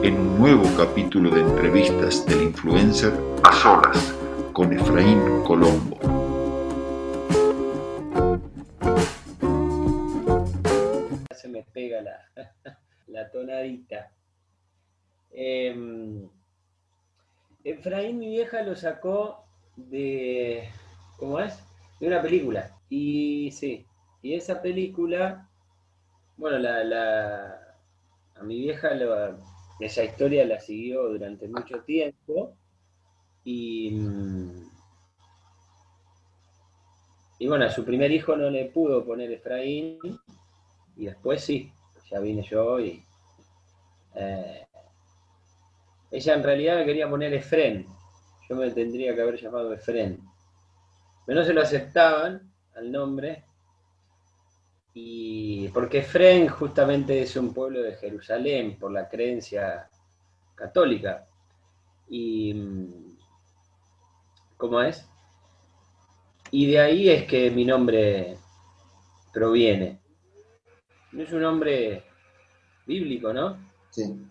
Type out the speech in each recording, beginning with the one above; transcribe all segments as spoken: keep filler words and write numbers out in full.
en un nuevo capítulo de entrevistas del influencer A Solas con Efraín Colombo. Se me pega la, la tonadita. Eh, Efraín, mi vieja lo sacó de, ¿cómo es? De una película. Y sí, y esa película, bueno, la, la, a mi vieja lo, esa historia la siguió durante mucho tiempo. Y, y bueno, a su primer hijo no le pudo poner Efraín. Y después sí, ya vine yo y... Eh, ella en realidad me quería poner Efren. Yo me tendría que haber llamado Efren. Pero no se lo aceptaban al nombre. Y porque Efren justamente es un pueblo de Jerusalén por la creencia católica. Y ¿cómo es? Y de ahí es que mi nombre proviene. No es un nombre bíblico, ¿no? Sí.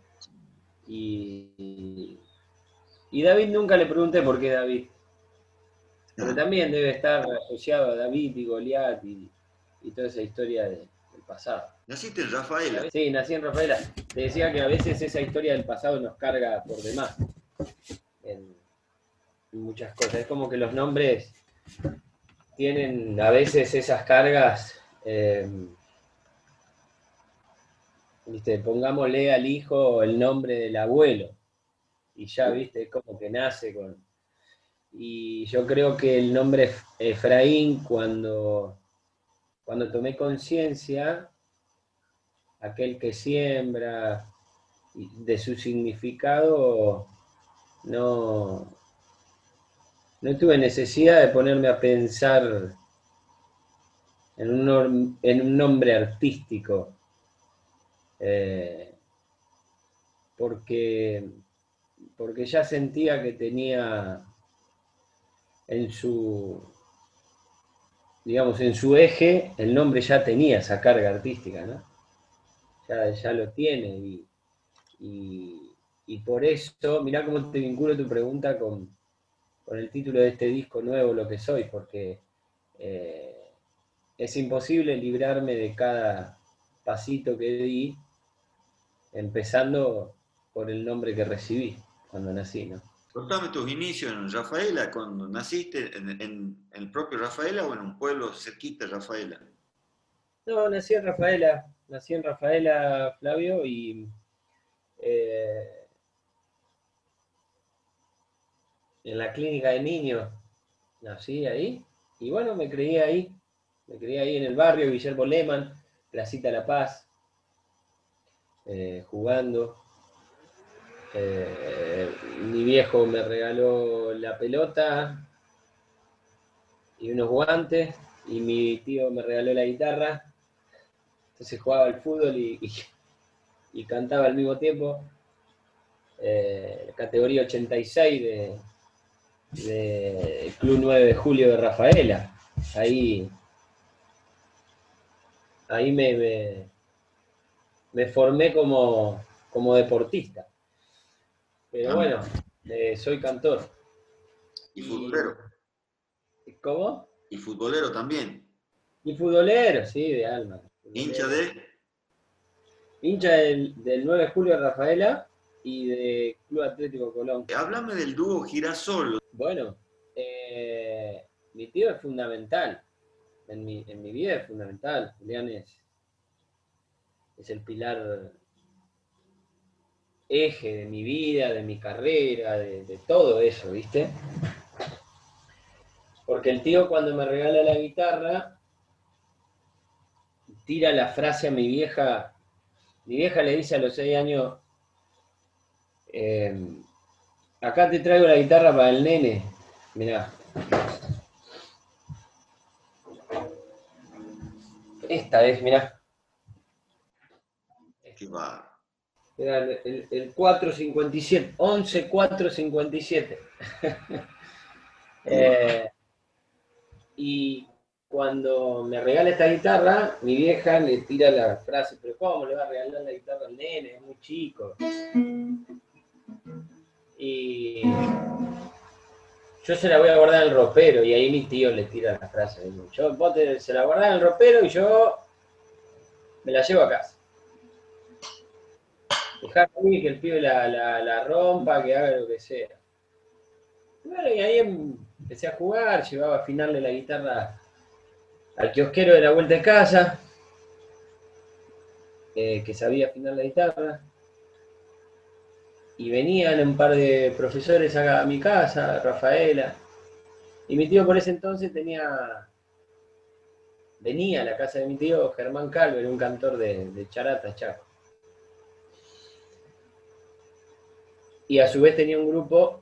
Y, y David nunca le pregunté por qué David. Pero también debe estar asociado a David y Goliat y, y toda esa historia de, del pasado. Naciste en Rafaela. Sí, nací en Rafaela. Te decía que a veces esa historia del pasado nos carga por demás en, en muchas cosas. Es como que los nombres tienen a veces esas cargas. Eh, ¿viste? Pongámosle al hijo el nombre del abuelo. Y ya, viste, como que nace con... Y yo creo que el nombre Efraín, cuando, cuando tomé conciencia, aquel que siembra, de su significado, no, no tuve necesidad de ponerme a pensar en un, en un nombre artístico, eh, porque, porque ya sentía que tenía en su, digamos, en su eje, el nombre ya tenía esa carga artística, ¿no? Ya, ya lo tiene y, y, y por eso, mirá cómo te vinculo tu pregunta con, con el título de este disco nuevo, Lo que soy, porque eh, es imposible librarme de cada pasito que di, empezando por el nombre que recibí cuando nací, ¿no? Contame tus inicios en Rafaela, cuando naciste, en, en, en el propio Rafaela o en un pueblo cerquita de Rafaela. No, nací en Rafaela, nací en Rafaela, Flavio, y eh, en la clínica de niños nací ahí, y bueno, me creí ahí, me creí ahí en el barrio, Guillermo Lehmann, Placita La Paz, eh, jugando. Eh, mi viejo me regaló la pelota y unos guantes, y mi tío me regaló la guitarra, entonces jugaba al fútbol y, y, y cantaba al mismo tiempo. Eh, categoría ochenta y seis de, de Club nueve de Julio de Rafaela. Ahí, ahí me, me, me formé como, como deportista. Pero bueno, eh, soy cantor. Y futbolero. ¿Cómo? Y futbolero también. Y futbolero, sí, de alma. Futbolero. Hincha de... Hincha del, del nueve de Julio de Rafaela y de Club Atlético Colón. Háblame del dúo Girasol. Bueno, eh, mi tío es fundamental. En mi, en mi vida es fundamental. Julián es, es el pilar eje de mi vida, de mi carrera, de, de todo eso, ¿viste? Porque el tío cuando me regala la guitarra, tira la frase a mi vieja. Mi vieja le dice a los seis años, eh, acá te traigo la guitarra para el nene. Mirá. Esta es, mirá. Qué va. Era el, el, el cuatro cincuenta y siete, once cuatro cincuenta y siete. eh, y cuando me regala esta guitarra, mi vieja le tira la frase, pero ¿cómo le va a regalar la guitarra al nene? Es muy chico. Y yo se la voy a guardar en el ropero, y ahí mi tío le tira la frase. Yo, vos te, se la guardás en el ropero y yo me la llevo a casa. Dejar ahí que el pibe la, la, la rompa, que haga lo que sea. Y bueno, y ahí empecé a jugar, llevaba a afinarle la guitarra al kiosquero de la vuelta de casa, eh, que sabía afinar la guitarra. Y venían un par de profesores a mi casa, Rafaela. Y mi tío por ese entonces tenía... Venía a la casa de mi tío Germán Calver, un cantor de, de charata, Chaco. Y a su vez tenía un grupo,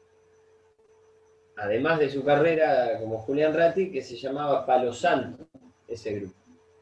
además de su carrera como Julián Ratti, que se llamaba Palo Santo, ese grupo.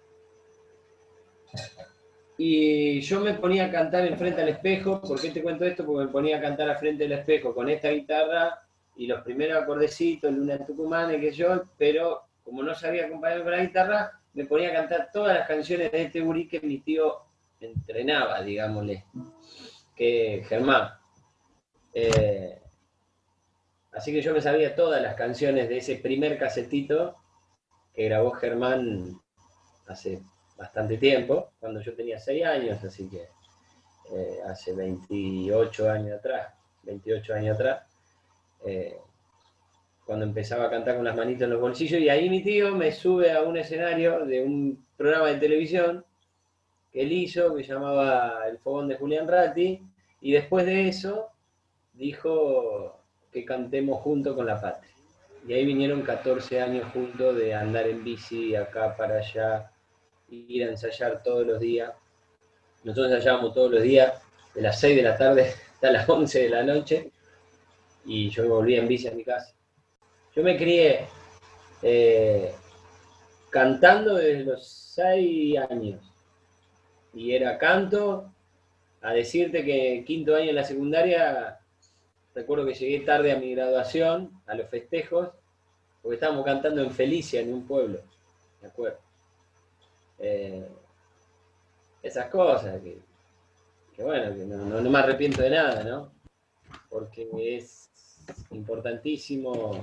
Y yo me ponía a cantar enfrente al espejo. ¿Por qué te cuento esto? Porque me ponía a cantar al frente del espejo con esta guitarra y los primeros acordecitos, Luna en Tucumán, y que yo, pero como no sabía acompañar con la guitarra, me ponía a cantar todas las canciones de este gurí que mi tío entrenaba, digámosle, que Germán. Eh, así que yo me sabía todas las canciones de ese primer casetito que grabó Germán hace bastante tiempo, cuando yo tenía seis años, así que eh, hace veintiocho años atrás, veintiocho años atrás, eh, cuando empezaba a cantar con las manitos en los bolsillos, y ahí mi tío me sube a un escenario de un programa de televisión que él hizo, que llamaba El Fogón de Julián Ratti, y después de eso dijo que cantemos junto con la patria. Y ahí vinieron catorce años juntos de andar en bici acá para allá, ir a ensayar todos los días. Nosotros ensayábamos todos los días, de las seis de la tarde hasta las once de la noche, y yo me volvía en bici a mi casa. Yo me crié eh, cantando desde los seis años, y era canto, a decirte que en quinto año en la secundaria, recuerdo que llegué tarde a mi graduación, a los festejos, porque estábamos cantando en Felicia, en un pueblo, me acuerdo. Eh, esas cosas, que, que bueno, que no, no, no me arrepiento de nada, ¿no? Porque es importantísimo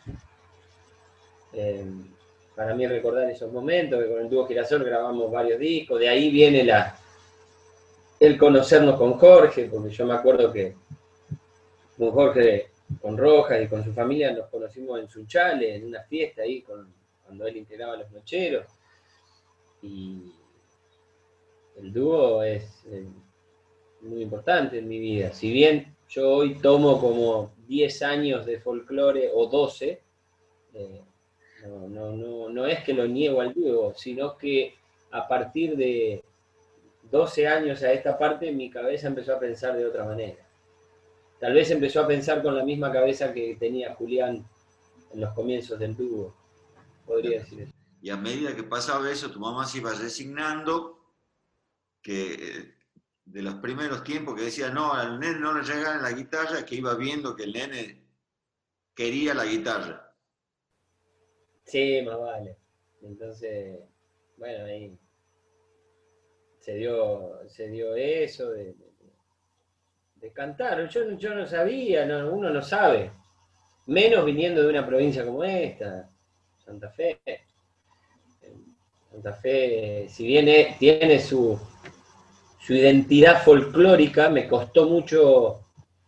eh, para mí recordar esos momentos, que con el dúo Girasol grabamos varios discos, de ahí viene la, el conocernos con Jorge, porque yo me acuerdo que con Jorge, con Rojas y con su familia nos conocimos en Sunchales, en una fiesta ahí, con, cuando él integraba Los Nocheros, y el dúo es eh, muy importante en mi vida. Si bien yo hoy tomo como diez años de folclore o doce, eh, no, no, no, no es que lo niego al dúo, sino que a partir de doce años a esta parte mi cabeza empezó a pensar de otra manera. Tal vez empezó a pensar con la misma cabeza que tenía Julián en los comienzos del dúo, podría decir eso. Y a medida que pasaba eso, tu mamá se iba resignando, que eh, de los primeros tiempos que decía, no, al nene no le llegaban la guitarra, que iba viendo que el nene quería la guitarra. Sí, más vale. Entonces, bueno, ahí se dio, se dio eso de, de, de cantar. Yo, yo no sabía, no, uno no sabe. Menos viniendo de una provincia como esta, Santa Fe. Santa Fe, si bien es, tiene su, su identidad folclórica, me costó mucho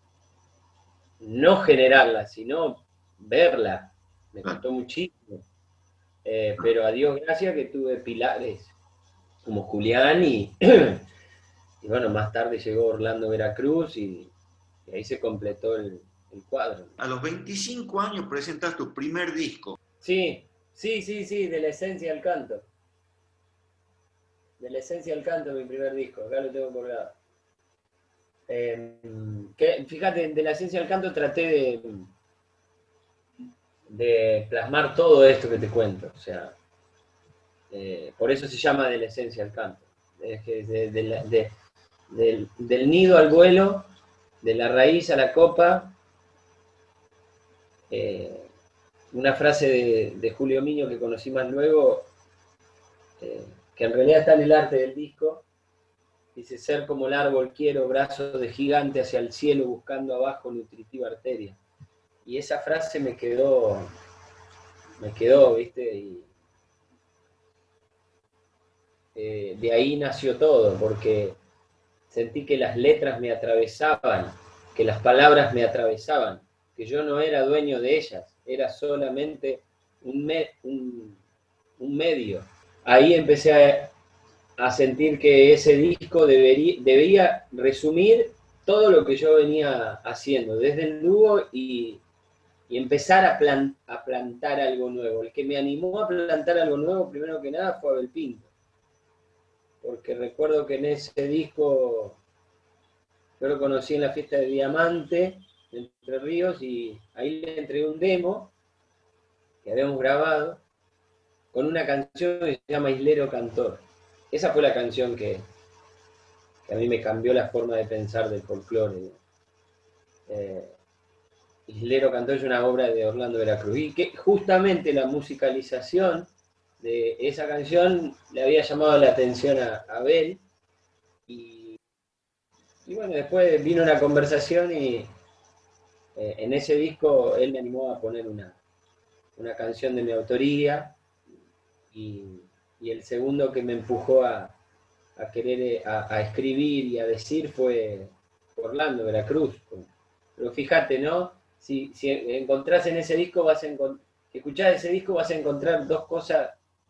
no generarla, sino verla. Me costó muchísimo. Eh, pero a Dios gracias que tuve pilares como Julián y, y bueno, más tarde llegó Orlando Veracruz y, y ahí se completó el, el cuadro. A los veinticinco años presentas tu primer disco. Sí, sí, sí, sí, de la esencia al canto. De la esencia al canto, mi primer disco, acá lo tengo colgado. Eh, que, fíjate, de la esencia al canto traté de, de plasmar todo esto que te cuento, o sea, eh, por eso se llama de la esencia al canto. Es que de, de la, de, del, del nido al vuelo, de la raíz a la copa, eh, una frase de, de Julio Miño que conocí más luego, eh, que en realidad está en el arte del disco, Dice, ser como el árbol quiero, brazo de gigante hacia el cielo, buscando abajo nutritiva arteria. Y esa frase me quedó, me quedó, ¿viste? Y eh, de ahí nació todo, porque sentí que las letras me atravesaban, que las palabras me atravesaban, que yo no era dueño de ellas, era solamente un, me, un, un medio. Ahí empecé a, a sentir que ese disco debería, debía resumir todo lo que yo venía haciendo, desde el dúo y, y empezar a, plan, a plantar algo nuevo. El que me animó a plantar algo nuevo, primero que nada, fue Abel Pinto. Porque recuerdo que en ese disco yo lo conocí en la fiesta de Diamante, de Entre Ríos, y ahí le entregué un demo que habíamos grabado con una canción que se llama Islero Cantor. Esa fue la canción que, que a mí me cambió la forma de pensar del folclore. Eh, Islero Cantor es una obra de Orlando Veracruz, y que justamente la musicalización de esa canción le había llamado la atención a Abel, y, y bueno, después vino una conversación y eh, en ese disco él me animó a poner una, una canción de mi autoría, y, y el segundo que me empujó a, a querer a, a escribir y a decir fue Orlando Veracruz. Pero fíjate, ¿no? Si, si encontrás en ese disco, vas a encontrar, escuchás ese disco, vas a encontrar dos cosas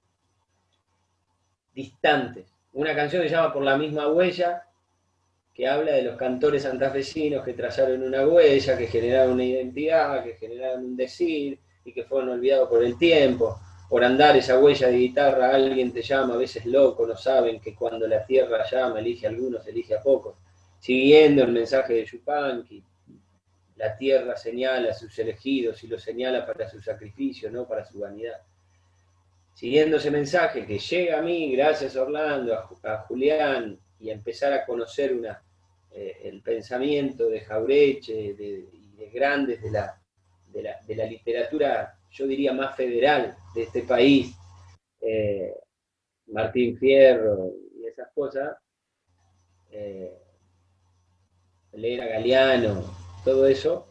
distantes. Una canción que se llama Por la misma huella, que habla de los cantores santafesinos que trazaron una huella, que generaron una identidad, que generaron un decir, y que fueron olvidados por el tiempo. Por andar esa huella de guitarra, alguien te llama, a veces loco, no saben que cuando la tierra llama, elige a algunos, elige a pocos. Siguiendo el mensaje de Yupanqui, la tierra señala a sus elegidos y los señala para su sacrificio, no para su vanidad. Siguiendo ese mensaje que llega a mí, gracias a Orlando, a, a Julián, y a empezar a conocer una, eh, el pensamiento de Jaureche de, y de grandes de la, de, la, de la literatura, yo diría más federal de este país, eh, Martín Fierro y esas cosas, eh, leer a Galeano, todo eso,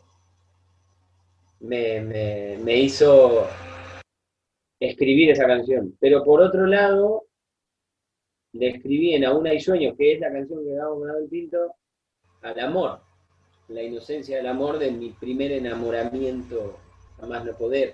me, me, me hizo escribir esa canción. Pero por otro lado, le escribí en Aún hay sueños, que es la canción que grabamos con Abel Pinto, al amor, la inocencia del amor de mi primer enamoramiento, jamás no poder.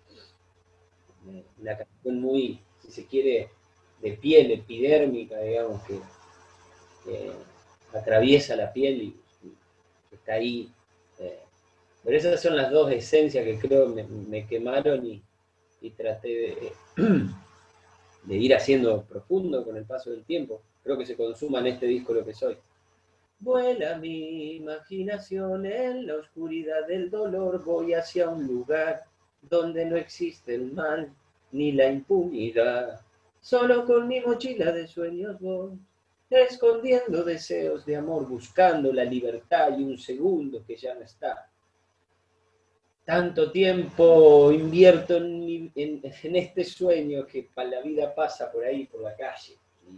Una canción muy, si se quiere, de piel epidérmica, digamos, que, que atraviesa la piel y, y está ahí. Eh, pero esas son las dos esencias que creo me, me quemaron y, y traté de, de ir haciendo profundo con el paso del tiempo. Creo que se consuma en este disco lo que soy. Vuela mi imaginación en la oscuridad del dolor, voy hacia un lugar donde no existe el mal ni la impunidad. Solo con mi mochila de sueños voy, escondiendo deseos de amor, buscando la libertad y un segundo que ya no está. Tanto tiempo invierto en, mi, en, en este sueño que para la vida pasa por ahí, por la calle.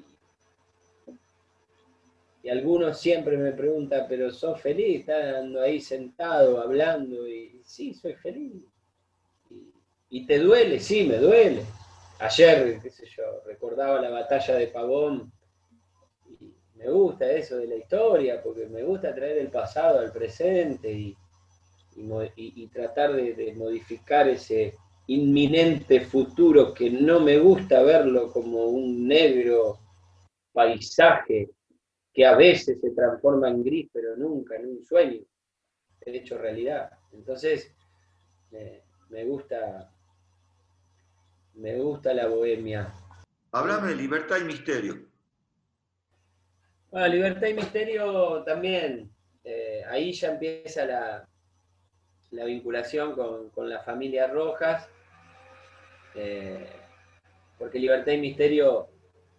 Y algunos siempre me preguntan, pero ¿sos feliz? Estando ahí sentado, hablando, y sí, soy feliz. Y, y te duele, sí, me duele. Ayer, qué sé yo, recordaba la batalla de Pavón, y me gusta eso de la historia, porque me gusta traer el pasado al presente y, y, y, y tratar de, de modificar ese inminente futuro que no me gusta verlo como un negro paisaje que a veces se transforma en gris, pero nunca en un sueño hecho realidad. Entonces, eh, me gusta, me gusta la bohemia. Háblame de Libertad y Misterio. Bueno, Libertad y Misterio también, eh, ahí ya empieza la, la vinculación con, con la familia Rojas, eh, porque Libertad y Misterio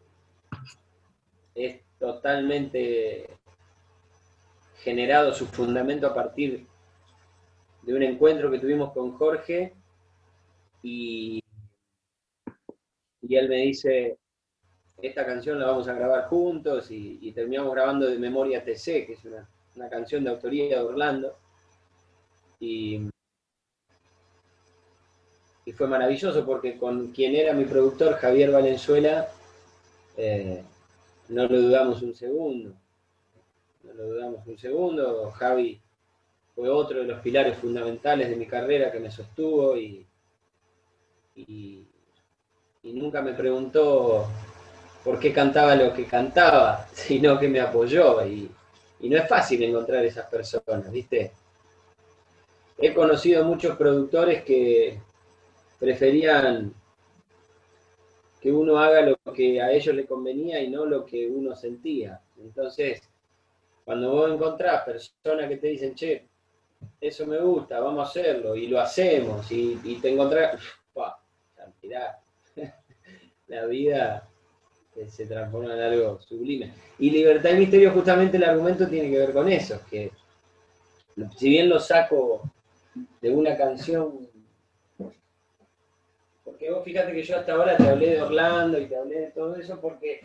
es totalmente generado su fundamento a partir de un encuentro que tuvimos con Jorge, y, y él me dice, esta canción la vamos a grabar juntos, y, y terminamos grabando De Memoria T C, que es una, una canción de autoría de Orlando, y, y fue maravilloso porque con quien era mi productor, Javier Valenzuela, eh, no lo dudamos un segundo, no lo dudamos un segundo. Javi fue otro de los pilares fundamentales de mi carrera que me sostuvo, y, y, y nunca me preguntó por qué cantaba lo que cantaba, sino que me apoyó, y, y no es fácil encontrar esas personas, ¿viste? He conocido muchos productores que preferían que uno haga lo que a ellos les convenía y no lo que uno sentía. Entonces, cuando vos encontrás personas que te dicen, che, eso me gusta, vamos a hacerlo, y lo hacemos, y, y te encontrás, ¡pah! Cantidad. La vida se transforma en algo sublime. Y Libertad y Misterio, justamente el argumento tiene que ver con eso, que si bien lo saco de una canción, porque vos fíjate que yo hasta ahora te hablé de Orlando y te hablé de todo eso porque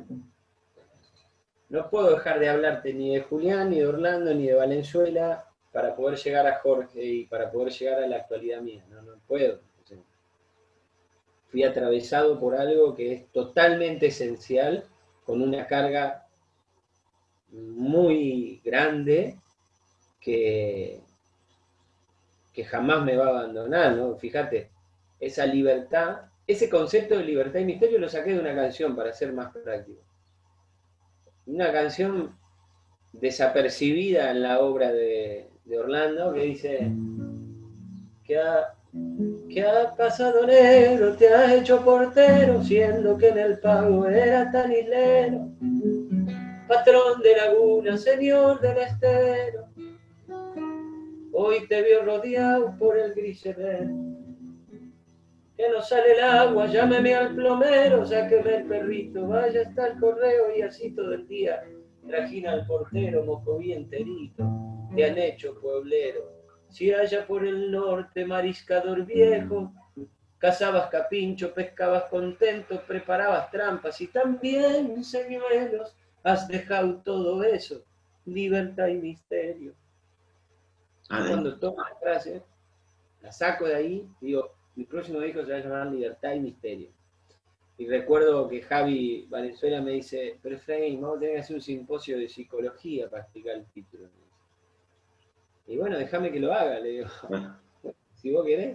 no puedo dejar de hablarte ni de Julián, ni de Orlando, ni de Valenzuela para poder llegar a Jorge y para poder llegar a la actualidad mía. No, no puedo. O sea, fui atravesado por algo que es totalmente esencial, con una carga muy grande que, que jamás me va a abandonar, ¿no? Fíjate, esa libertad, ese concepto de libertad y misterio lo saqué de una canción, para ser más práctico. Una canción desapercibida en la obra de, de Orlando, que dice: ¿Qué ha, ¿Qué ha pasado, negro? Te has hecho portero, siendo que en el pago era tan islero, patrón de laguna, señor del estero. Hoy te vio rodeado por el gris severo. Que no sale el agua, llámeme al plomero, sáqueme el perrito, vaya hasta el correo, y así todo el día trajina al portero, mocoví enterito, te han hecho pueblero. Si allá por el norte, mariscador viejo, cazabas capincho, pescabas contento, preparabas trampas y también señuelos, has dejado todo eso, libertad y misterio. Ah, cuando tomo la frase, la saco de ahí, digo, mi próximo disco se va a llamar Libertad y Misterio. Y recuerdo que Javi Valenzuela me dice, pero Efraín, vamos a tener que hacer un simposio de psicología para explicar el título. Y bueno, déjame que lo haga, le digo. Bueno. Si vos querés.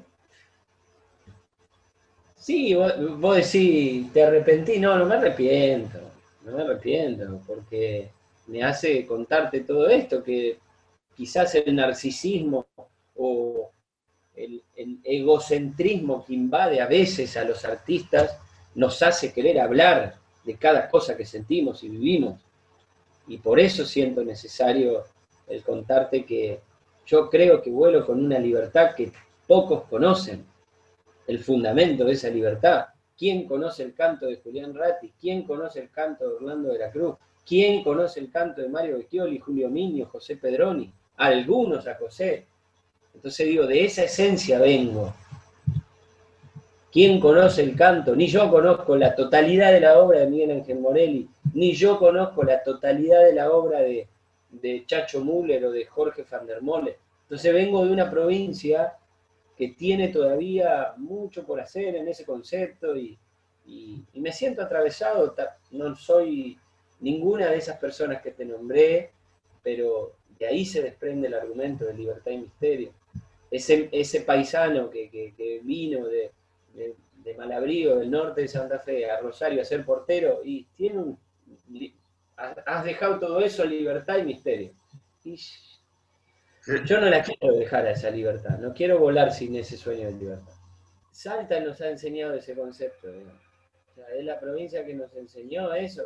Sí, vos, vos decís, te arrepentí. No, no me arrepiento. No me arrepiento, porque me hace contarte todo esto, que quizás el narcisismo o el, el egocentrismo que invade a veces a los artistas nos hace querer hablar de cada cosa que sentimos y vivimos. Y por eso siento necesario el contarte que yo creo que vuelo con una libertad que pocos conocen, el fundamento de esa libertad. ¿Quién conoce el canto de Julián Ratti? ¿Quién conoce el canto de Orlando de la Cruz? ¿Quién conoce el canto de Mario Becchioli, Julio Miño, José Pedroni? Algunos a José. Entonces digo, de esa esencia vengo. ¿Quién conoce el canto? Ni yo conozco la totalidad de la obra de Miguel Ángel Morelli, ni yo conozco la totalidad de la obra de, de Chacho Müller o de Jorge van der Molen. Entonces vengo de una provincia que tiene todavía mucho por hacer en ese concepto y, y, y me siento atravesado. No soy ninguna de esas personas que te nombré, pero de ahí se desprende el argumento de libertad y misterio. Ese, ese paisano que, que, que vino de, de, de Malabrío, del norte de Santa Fe, a Rosario a ser portero, y tiene un, has dejado todo eso, libertad y misterio. Y yo no la quiero dejar a esa libertad, no quiero volar sin ese sueño de libertad. Salta nos ha enseñado ese concepto, digamos. O sea, es la provincia que nos enseñó eso.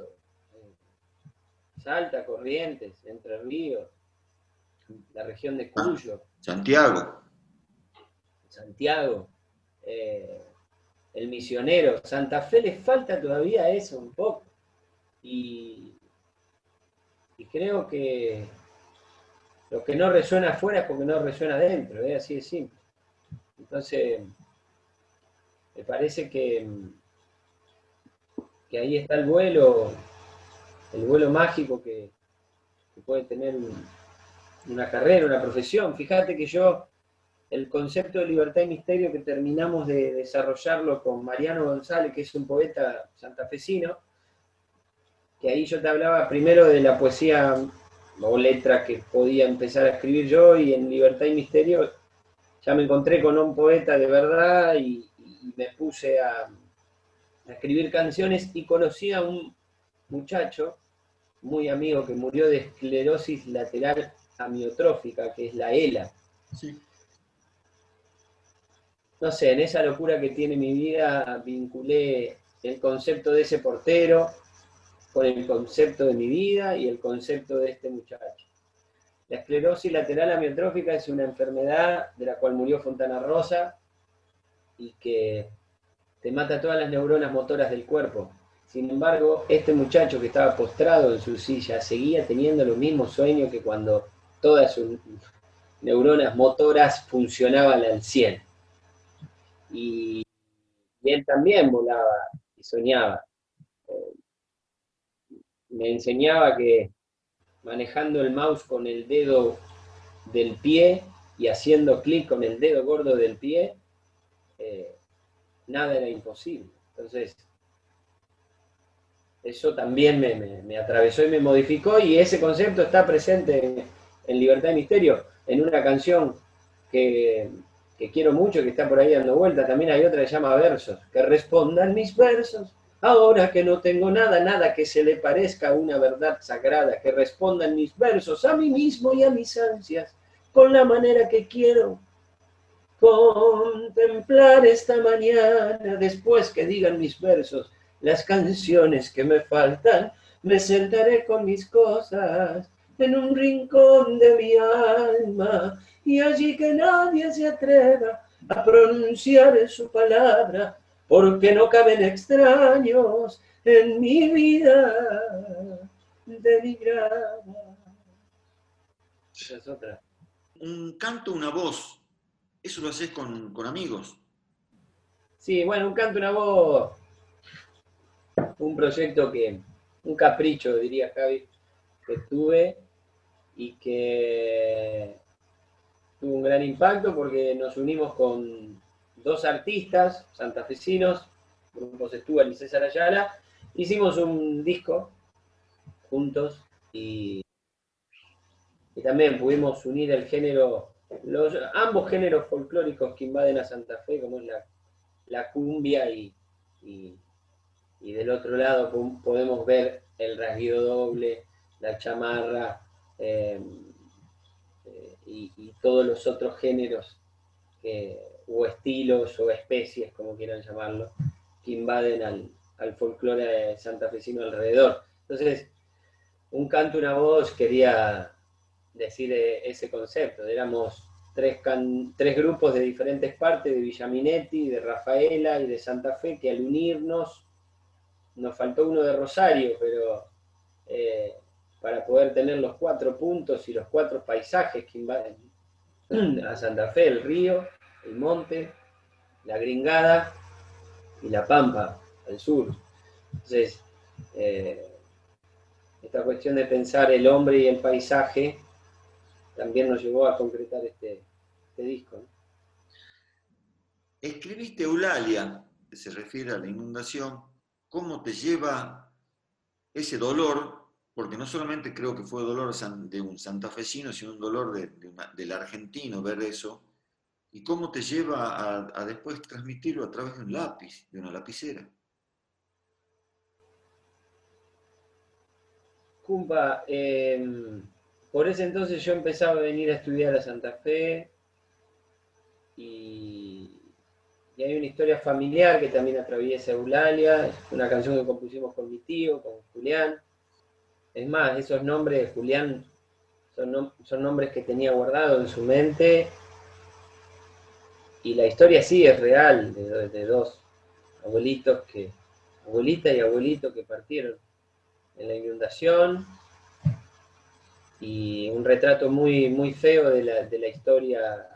Salta, Corrientes, Entre Ríos, la región de Cuyo. Santiago. Santiago, eh, el misionero. Santa Fe le falta todavía eso un poco. Y, y creo que lo que no resuena afuera es porque no resuena adentro, ¿eh? Así de simple. Entonces, me parece que que ahí está el vuelo, el vuelo mágico que, que puede tener un, una carrera, una profesión. Fíjate que yo, el concepto de libertad y misterio que terminamos de desarrollarlo con Mariano González, que es un poeta santafesino, que ahí yo te hablaba primero de la poesía o letra que podía empezar a escribir yo, y en Libertad y Misterio ya me encontré con un poeta de verdad y, y me puse a, a escribir canciones, y conocí a un muchacho muy amigo que murió de esclerosis lateral amiotrófica, que es la ELA. Sí. No sé, en esa locura que tiene mi vida vinculé el concepto de ese portero con el concepto de mi vida y el concepto de este muchacho. La esclerosis lateral amiotrófica es una enfermedad de la cual murió Fontana Rosa y que te mata todas las neuronas motoras del cuerpo. Sin embargo, este muchacho que estaba postrado en su silla seguía teniendo los mismos sueños que cuando todas sus neuronas motoras funcionaban al cien. Y, y él también volaba y soñaba. Me enseñaba que manejando el mouse con el dedo del pie y haciendo clic con el dedo gordo del pie, eh, nada era imposible. Entonces, eso también me, me, me atravesó y me modificó, y ese concepto está presente en, en Libertad y Misterio, en una canción que, que quiero mucho, que está por ahí dando vuelta. También hay otra que se llama Versos, que respondan mis versos, ahora que no tengo nada, nada que se le parezca a una verdad sagrada, que respondan mis versos a mí mismo y a mis ansias, con la manera que quiero contemplar esta mañana. Después que digan mis versos las canciones que me faltan, me sentaré con mis cosas en un rincón de mi alma, y allí que nadie se atreva a pronunciar su palabra, porque no caben extraños en mi vida denigrada. Esa es otra. Un canto, una voz, eso lo haces con, con amigos. Sí, bueno, un canto, una voz, un proyecto que, un capricho, diría Javi, que tuve y que tuvo un gran impacto porque nos unimos con dos artistas santafesinos, Grupo Setúbal y César Ayala, hicimos un disco juntos y, y también pudimos unir el género, los, ambos géneros folclóricos que invaden a Santa Fe, como es la, la cumbia y, y, y del otro lado podemos ver el rasguido doble, la chamarra, eh, eh, y, y todos los otros géneros que, o estilos o especies, como quieran llamarlo, que invaden al, al folclore santafesino alrededor. Entonces, un canto, una voz, quería decir ese concepto. Éramos tres, can, tres grupos de diferentes partes, de Villaminetti, de Rafaela y de Santa Fe, que al unirnos, nos faltó uno de Rosario, pero eh, para poder tener los cuatro puntos y los cuatro paisajes que invaden a Santa Fe, el río, el monte, la Gringada y la Pampa al sur. Entonces, eh, esta cuestión de pensar el hombre y el paisaje también nos llevó a concretar este, este disco, ¿no? Escribiste Eulalia, que se refiere a la inundación. ¿Cómo te lleva ese dolor? Porque no solamente creo que fue dolor de un santafesino, sino un dolor de, de una, del argentino ver eso. ¿Y cómo te lleva a, a después transmitirlo a través de un lápiz, de una lapicera? Cumpa, eh, por ese entonces yo empezaba a venir a estudiar a Santa Fe y, y hay una historia familiar que también atraviesa Eulalia, es una canción que compusimos con mi tío, con Julián. Es más, esos nombres de Julián son, no, son nombres que tenía guardados en su mente, y la historia sí es real, de, de dos abuelitos que, abuelita y abuelito que partieron en la inundación, y un retrato muy, muy feo de la, de la historia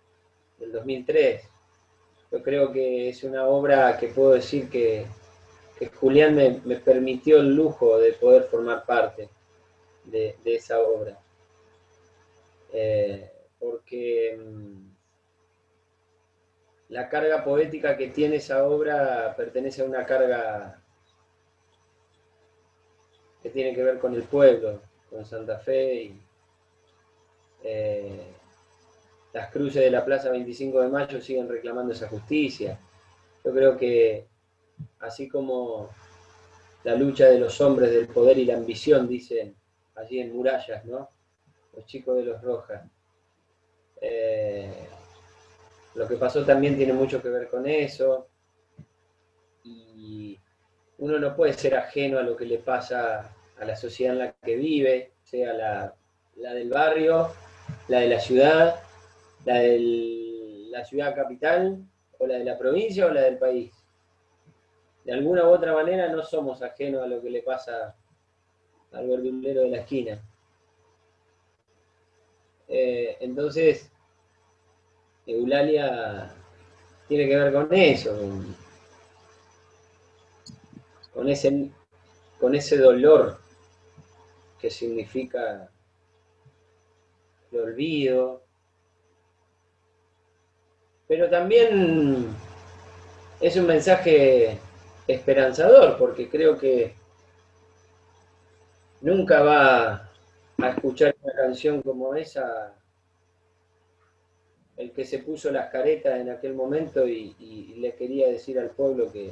del dos mil tres. Yo creo que es una obra que puedo decir que, que Julián me, me permitió el lujo de poder formar parte de, de esa obra. Eh, porque mmm, la carga poética que tiene esa obra pertenece a una carga que tiene que ver con el pueblo, con Santa Fe y eh, las cruces de la Plaza veinticinco de Mayo siguen reclamando esa justicia. Yo creo que así como la lucha de los hombres del poder y la ambición, dicen allí en Murallas, ¿no? Los chicos de los Rojas. Eh, lo que pasó también tiene mucho que ver con eso. Y uno no puede ser ajeno a lo que le pasa a la sociedad en la que vive, sea la, la del barrio, la de la ciudad, la de la ciudad capital, o la de la provincia o la del país. De alguna u otra manera no somos ajenos a lo que le pasa al verdulero de la esquina. Eh, entonces, Eulalia tiene que ver con eso, con, con, ese, con ese dolor que significa el olvido, pero también es un mensaje esperanzador, porque creo que nunca va a escuchar una canción como esa el que se puso las caretas en aquel momento y, y le quería decir al pueblo que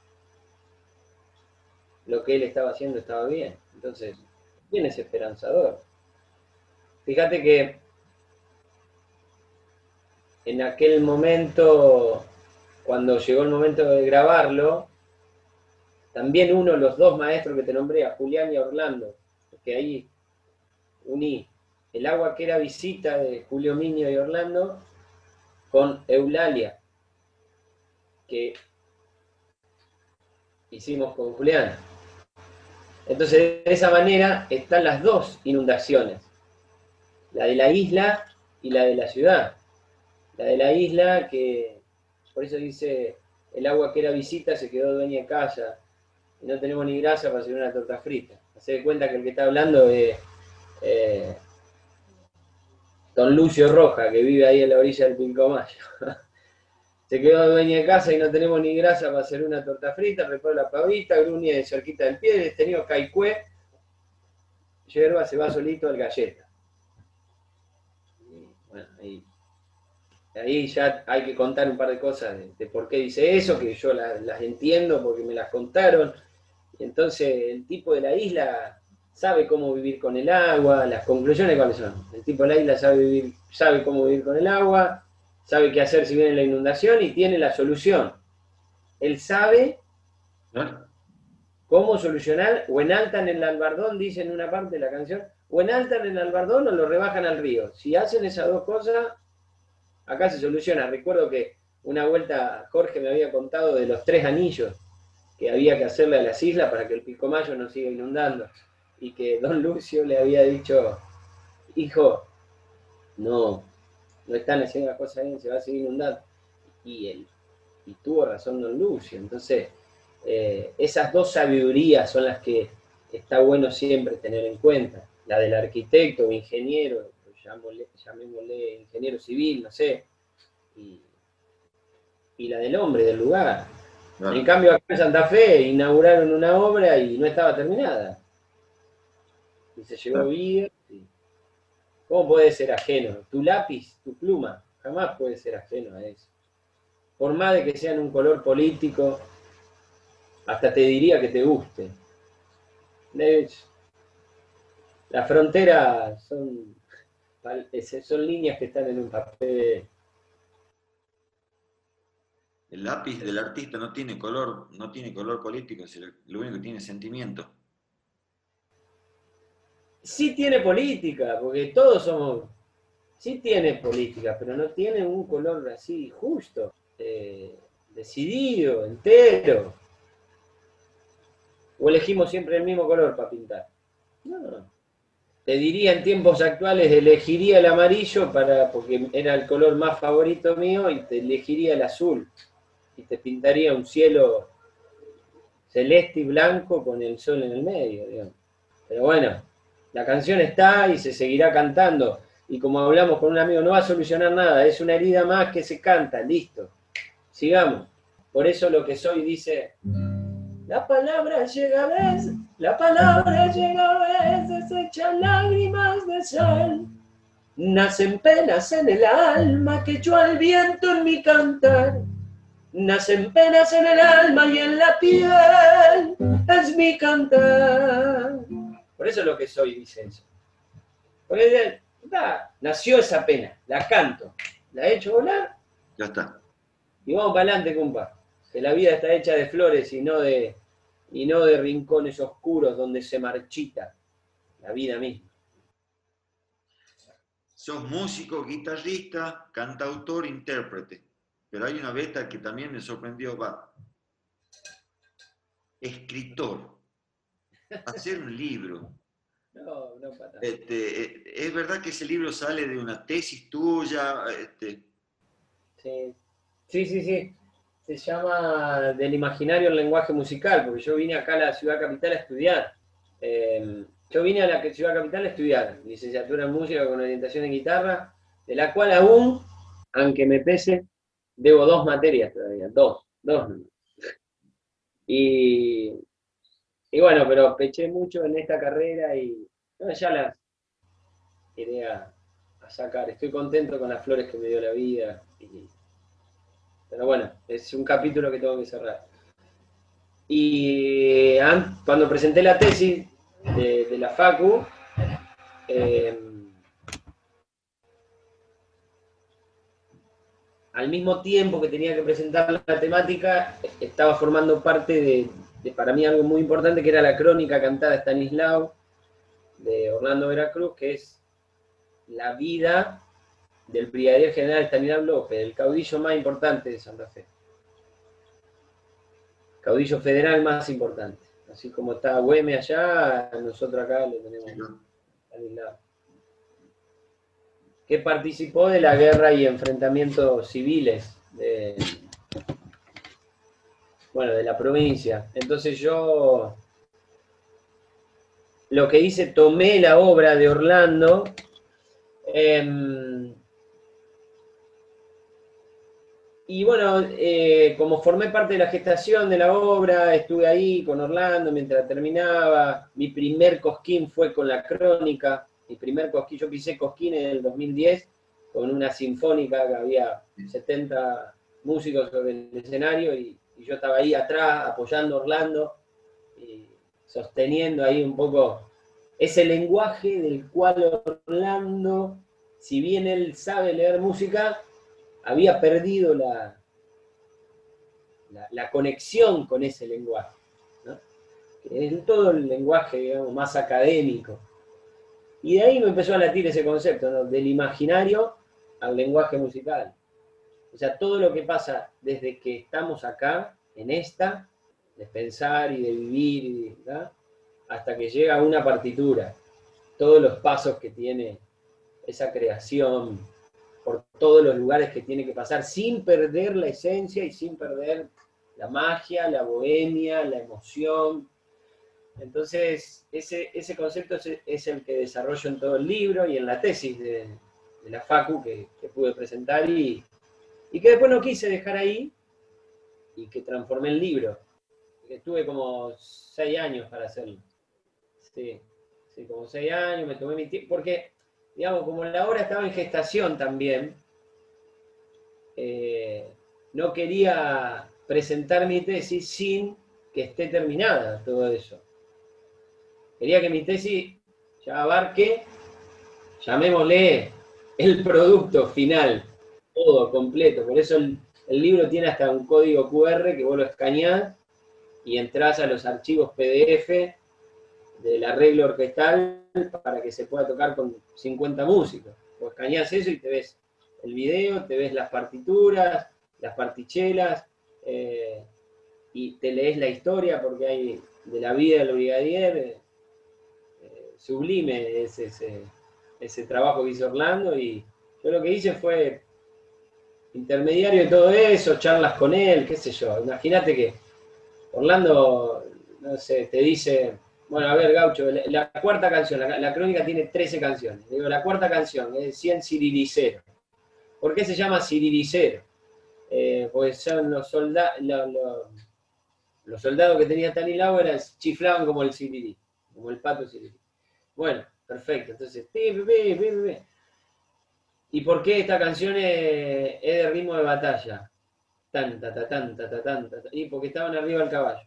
lo que él estaba haciendo estaba bien. Entonces, bien es esperanzador. Fíjate que en aquel momento, cuando llegó el momento de grabarlo, también uno de los dos maestros que te nombré, a Julián y a Orlando, porque ahí uní El agua que era visita de Julio Miño y Orlando con Eulalia, que hicimos con Julián. Entonces, de esa manera están las dos inundaciones, la de la isla y la de la ciudad. La de la isla, que por eso dice, el agua que era visita se quedó dueña de casa, y no tenemos ni grasa para hacer una torta frita. Se da cuenta que el que está hablando es eh, don Lucio Roja, que vive ahí en la orilla del Pilcomayo. Se quedó dueña de casa y no tenemos ni grasa para hacer una torta frita, reparó la pavita, gruñe cerquita del pie, tenido caicué, yerba, se va solito al galleta. Y bueno, ahí, ahí ya hay que contar un par de cosas de, de por qué dice eso, que yo las, las entiendo porque me las contaron. Y entonces el tipo de la isla sabe cómo vivir con el agua, las conclusiones cuáles son. El tipo de la isla sabe, vivir, sabe cómo vivir con el agua, sabe qué hacer si viene la inundación y tiene la solución. Él sabe ¿no? cómo solucionar, o enaltan el albardón, dice en una parte de la canción, o enaltan el albardón o lo rebajan al río. Si hacen esas dos cosas, acá se soluciona. Recuerdo que una vuelta Jorge me había contado de los tres anillos que había que hacerle a las islas para que el Pilcomayo no siga inundando. Y que don Lucio le había dicho, hijo, no, no están haciendo las cosas bien, se va a seguir inundando. Y él, y tuvo razón don Lucio. Entonces, eh, esas dos sabidurías son las que está bueno siempre tener en cuenta. La del arquitecto o ingeniero, llamémosle, llamémosle ingeniero civil, no sé, y, y la del hombre, del lugar. Claro. En cambio, acá en Santa Fe inauguraron una obra y no estaba terminada. Y se llevó Claro. vida. Y... ¿Cómo puede ser ajeno? Tu lápiz, tu pluma, jamás puede ser ajeno a eso. Por más de que sean un color político, hasta te diría que te guste. De hecho, las fronteras son, son líneas que están en un papel. El lápiz del artista no tiene color, no tiene color político, lo único que tiene es sentimiento. Sí tiene política, porque todos somos... Sí tiene política, pero no tiene un color así justo, eh, decidido, entero. ¿O elegimos siempre el mismo color para pintar? No. Te diría en tiempos actuales, elegiría el amarillo para, porque era el color más favorito mío, y te elegiría el azul. Y te pintaría un cielo celeste y blanco con el sol en el medio, digamos. Pero bueno, la canción está y se seguirá cantando. Y como hablamos con un amigo, no va a solucionar nada, es una herida más que se canta, listo. Sigamos. Por eso Lo que soy dice, la palabra llega a veces, la palabra llega a veces, echa lágrimas de sal. Nacen penas en el alma que echó al viento en mi cantar. Nacen penas en el alma y en la piel es mi cantar. Por eso Lo que soy dice eso. Porque da, nació esa pena, la canto, la he hecho volar. Ya está. Y vamos para adelante, compa. Que la vida está hecha de flores y no de, y no de rincones oscuros donde se marchita la vida misma. Sos músico, guitarrista, cantautor, intérprete. Pero hay una beta que también me sorprendió, va. Escritor. Hacer un libro. No, no para tanto. Este, ¿es verdad que ese libro sale de una tesis tuya? Este... Sí. sí, sí, sí. Se llama Del imaginario al lenguaje musical, porque yo vine acá a la ciudad capital a estudiar. Eh, yo vine a la ciudad capital a estudiar licenciatura en música con orientación en guitarra, de la cual aún, aunque me pese, debo dos materias todavía, dos, dos. Y, y bueno, pero peché mucho en esta carrera y no, ya las iré a, a sacar. Estoy contento con las flores que me dio la vida. Y, pero bueno, es un capítulo que tengo que cerrar. Y cuando presenté la tesis de, de la Facu, eh, al mismo tiempo que tenía que presentar la temática, estaba formando parte de, de, para mí, algo muy importante, que era la crónica cantada de Stanislao, de Orlando Veracruz, que es la vida del brigadier general Stanislao López, el caudillo más importante de Santa Fe. Caudillo federal más importante. Así como está Güemes allá, nosotros acá lo tenemos Stanislao. Que participó de la guerra y enfrentamientos civiles de, bueno, de la provincia. Entonces yo lo que hice, tomé la obra de Orlando, eh, y bueno, eh, como formé parte de la gestación de la obra, estuve ahí con Orlando mientras terminaba. Mi primer cosquín fue con la crónica. Mi primer cosquín, yo pisé Cosquín en el dos mil diez con una sinfónica que había setenta músicos sobre el escenario y, y yo estaba ahí atrás apoyando a Orlando y sosteniendo ahí un poco ese lenguaje del cual Orlando, si bien él sabe leer música, había perdido la, la, la conexión con ese lenguaje, ¿no? Que es todo el lenguaje, digamos, más académico. Y de ahí me empezó a latir ese concepto, ¿no? Del imaginario al lenguaje musical. O sea, todo lo que pasa desde que estamos acá, en esta, de pensar y de vivir, ¿no? Hasta que llega una partitura. Todos los pasos que tiene esa creación, por todos los lugares que tiene que pasar, sin perder la esencia y sin perder la magia, la bohemia, la emoción. Entonces, ese, ese concepto es, es el que desarrollo en todo el libro y en la tesis de, de la Facu que, que pude presentar y, y que después no quise dejar ahí y que transformé en libro. Estuve como seis años para hacerlo. Sí, sí, como seis años, me tomé mi tiempo, porque, digamos, como la obra estaba en gestación también, eh, no quería presentar mi tesis sin que esté terminada todo eso. Quería que mi tesis ya abarque, llamémosle, el producto final, todo completo. Por eso el, el libro tiene hasta un código cu erre que vos lo escaneás y entrás a los archivos pe de efe del arreglo orquestal para que se pueda tocar con cincuenta músicos. Vos escaneás eso y te ves el video, te ves las partituras, las partichelas, eh, y te lees la historia porque hay de la vida del brigadier. Eh, sublime es ese, ese trabajo que hizo Orlando y yo lo que hice fue intermediario de todo eso, charlas con él, qué sé yo. Imagínate que Orlando, no sé, te dice, bueno, a ver, Gaucho, la, la cuarta canción, la, la crónica tiene trece canciones. Digo, la cuarta canción es cien Ciriliceros. ¿Por qué se llama Ciriricero? Eh, pues son los, solda los, los, los soldados que tenía Stanislao eran, chiflaban como el Cirirí, como el pato Cirirí. Bueno, perfecto. Entonces, pi, pi, pi, pi, pi. ¿Y por qué esta canción es, es de ritmo de batalla? Tan, ta, ta, tan, ta, ta, tan, ta, ta. Y porque estaban arriba del caballo.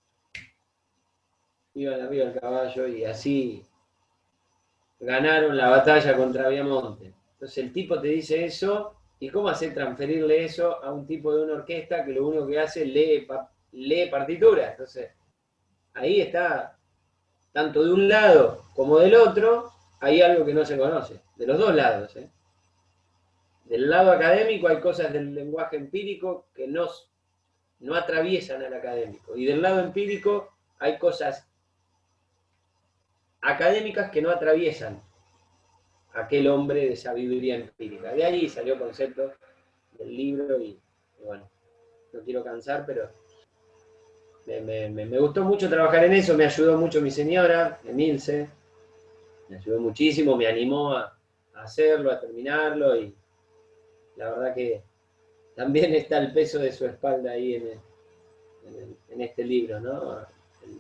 Iban arriba del caballo y así ganaron la batalla contra Viamonte. Entonces el tipo te dice eso, ¿y cómo hacer transferirle eso a un tipo de una orquesta que lo único que hace es lee, lee partitura? Entonces, ahí está, tanto de un lado como del otro, hay algo que no se conoce, de los dos lados. ¿eh? Del lado académico hay cosas del lenguaje empírico que no, no atraviesan al académico, y del lado empírico hay cosas académicas que no atraviesan aquel hombre de sabiduría empírica. De ahí salió el concepto del libro y, y bueno, no quiero cansar, pero me, me, me, gustó mucho trabajar en eso, me ayudó mucho mi señora, Emilce, me ayudó muchísimo, me animó a, a hacerlo, a terminarlo y la verdad que también está el peso de su espalda ahí en, el, en, el, en este libro, ¿no? El,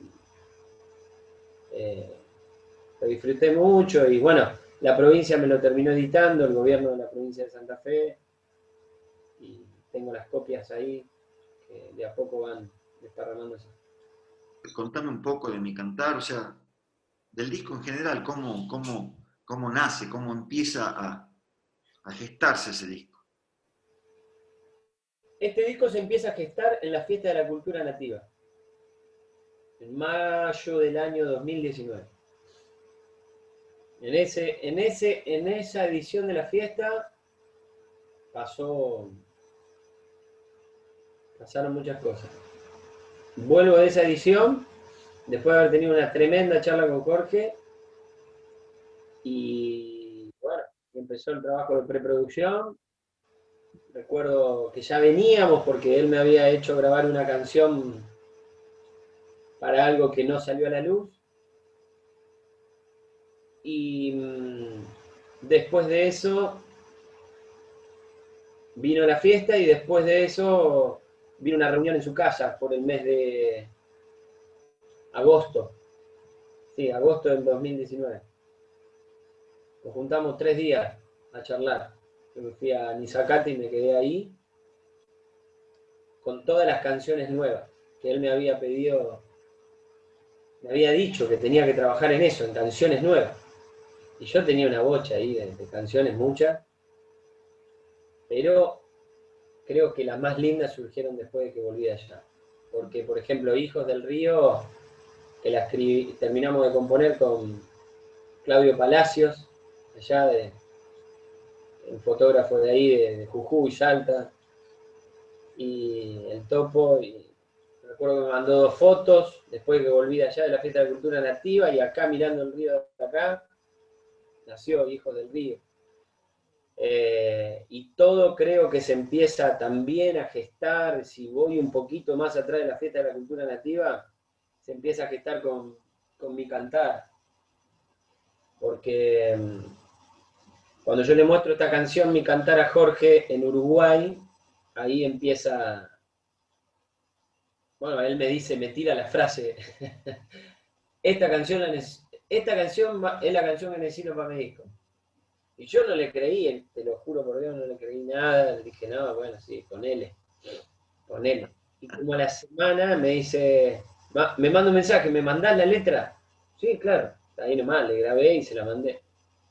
eh, lo disfruté mucho y bueno, la provincia me lo terminó editando, el gobierno de la provincia de Santa Fe, y tengo las copias ahí que de a poco van desparramándose. Contame un poco de Mi Cantar, o sea, del disco en general, cómo, cómo, cómo nace, cómo empieza a, a gestarse ese disco. Este disco se empieza a gestar en la Fiesta de la Cultura Nativa, en mayo del año dos mil diecinueve. En, ese, en, ese, en esa edición de la fiesta pasó, pasaron muchas cosas. Vuelvo de esa edición, después de haber tenido una tremenda charla con Jorge, y bueno, empezó el trabajo de preproducción. Recuerdo que ya veníamos porque él me había hecho grabar una canción para algo que no salió a la luz. Y mmm, después de eso vino la fiesta y después de eso vino una reunión en su casa por el mes de agosto. Sí, agosto del dos mil diecinueve. Nos juntamos tres días a charlar. Yo me fui a Nisacate y me quedé ahí con todas las canciones nuevas que él me había pedido, me había dicho que tenía que trabajar en eso, en canciones nuevas. Y yo tenía una bocha ahí de, de canciones, muchas, pero creo que las más lindas surgieron después de que volví allá. Porque, por ejemplo, Hijos del Río, que la escribí, terminamos de componer con Claudio Palacios, allá de, el fotógrafo de ahí, de, de Jujuy, Salta, y el Topo, y recuerdo que me mandó dos fotos, después que volví de allá de la Fiesta de Cultura Nativa, y acá mirando el río de acá, nació Hijos del Río. Eh, y todo creo que se empieza también a gestar, si voy un poquito más atrás de la Fiesta de la Cultura Nativa, se empieza a gestar con, con Mi Cantar. Porque cuando yo le muestro esta canción, Mi Cantar, a Jorge en Uruguay, ahí empieza, bueno, él me dice, me tira la frase, esta canción, esta canción es la canción que necesito para mi disco. Y yo no le creí, te lo juro por Dios, no le creí nada, le dije, no, bueno, sí, ponele, ponele. Y como a la semana me dice, me manda un mensaje, ¿me mandás la letra? Sí, claro, ahí nomás, le grabé y se la mandé.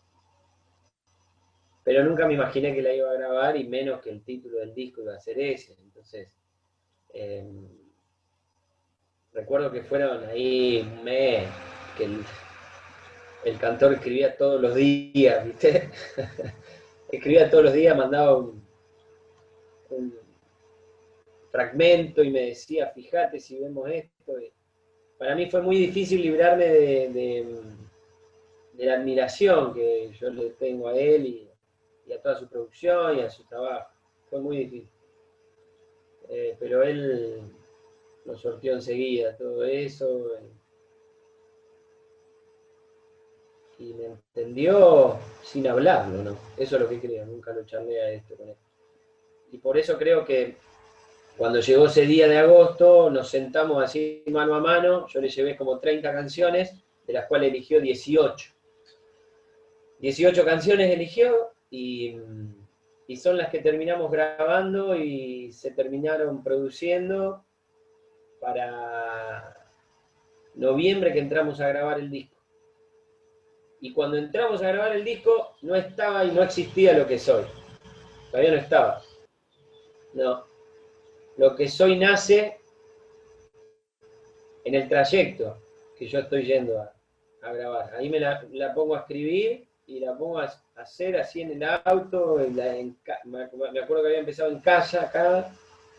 Pero nunca me imaginé que la iba a grabar y menos que el título del disco iba a ser ese. Entonces, eh, recuerdo que fueron ahí un mes, que el, el cantor escribía todos los días, ¿viste? Escribía todos los días, mandaba un, un fragmento y me decía, fíjate si vemos esto. Y para mí fue muy difícil librarme de, de, de la admiración que yo le tengo a él y, y a toda su producción y a su trabajo. Fue muy difícil. Eh, pero él, lo sorteó enseguida, todo eso. Y me entendió sin hablarlo, ¿no? Eso es lo que creo, nunca lo charlé a esto con él. Y por eso creo que cuando llegó ese día de agosto, nos sentamos así mano a mano, yo le llevé como treinta canciones, de las cuales eligió dieciocho. dieciocho canciones eligió y, y son las que terminamos grabando y se terminaron produciendo para noviembre que entramos a grabar el disco. Y cuando entramos a grabar el disco, no estaba y no existía Lo que soy. Todavía no estaba. No. Lo que soy nace en el trayecto que yo estoy yendo a, a grabar. Ahí me la, la pongo a escribir y la pongo a hacer así en el auto. En la, en, me acuerdo que había empezado en casa acá.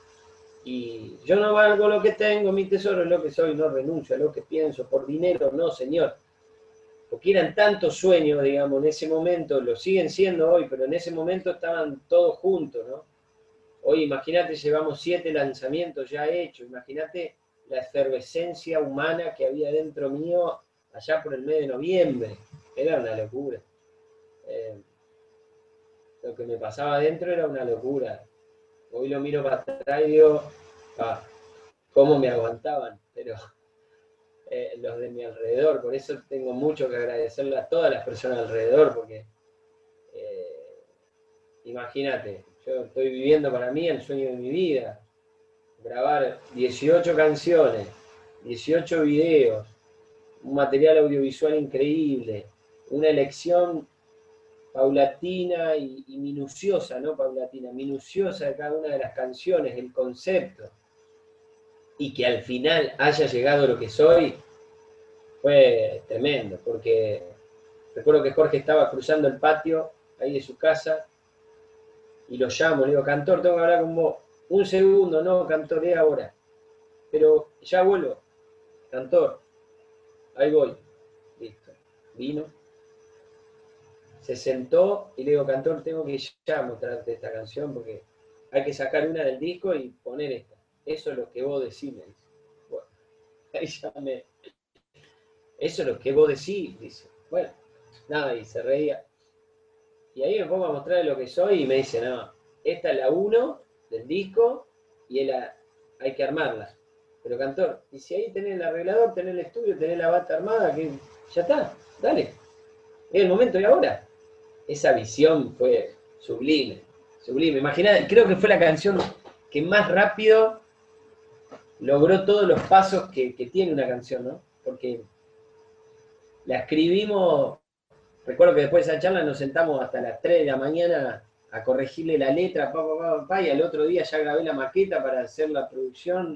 Y yo no valgo lo que tengo, mi tesoro es lo que soy, no renuncio a lo que pienso. Por dinero, no, señor. Porque eran tantos sueños, digamos, en ese momento, lo siguen siendo hoy, pero en ese momento estaban todos juntos, ¿no? Hoy, imagínate, llevamos siete lanzamientos ya hechos, imagínate la efervescencia humana que había dentro mío allá por el mes de noviembre, era una locura. Eh, lo que me pasaba adentro era una locura. Hoy lo miro para atrás y digo, ah, cómo me aguantaban, pero... Eh, los de mi alrededor, por eso tengo mucho que agradecerle a todas las personas alrededor, porque eh, imagínate, yo estoy viviendo para mí el sueño de mi vida, grabar dieciocho canciones, dieciocho videos, un material audiovisual increíble, una elección paulatina y, y minuciosa, no paulatina, minuciosa de cada una de las canciones, el concepto, y que al final haya llegado Lo que soy, fue tremendo, porque recuerdo que Jorge estaba cruzando el patio ahí de su casa, y lo llamo, le digo, Cantor, tengo que hablar con vos. Un segundo, no, Cantor, es ahora. Pero ya vuelvo. Cantor, ahí voy. Listo. Vino. Se sentó y le digo, Cantor, tengo que ya mostrarte esta canción porque hay que sacar una del disco y poner esta. Eso es lo que vos decís, me dice. Bueno, ahí ya me... Eso es lo que vos decís, dice. Bueno, nada, y se reía. Y ahí me pongo a mostrarle Lo que soy y me dice, no, esta es la uno del disco y es la, hay que armarla. Pero Cantor, y si ahí tenés el arreglador, tenés el estudio, tenés la bata armada, que ya está, dale. Es el momento y ahora. Esa visión fue sublime, sublime. Imaginá, creo que fue la canción que más rápido logró todos los pasos que, que tiene una canción, ¿no? Porque la escribimos, recuerdo que después de esa charla nos sentamos hasta las tres de la mañana a corregirle la letra, pa, pa, pa, pa, y al otro día ya grabé la maqueta para hacer la producción,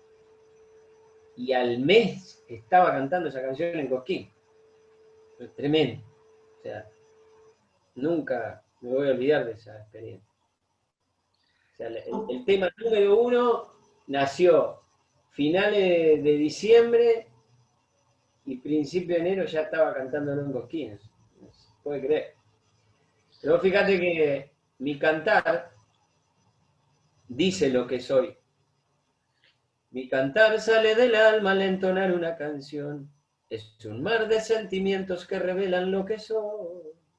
y al mes estaba cantando esa canción en Cosquín. Fue tremendo. O sea, nunca me voy a olvidar de esa experiencia. O sea, el, el tema número uno nació finales de diciembre y principio de enero ya estaba cantándolo en Cosquín. No se puede creer. Pero fíjate que mi cantar dice lo que soy. Mi cantar sale del alma al entonar una canción. Es un mar de sentimientos que revelan lo que soy.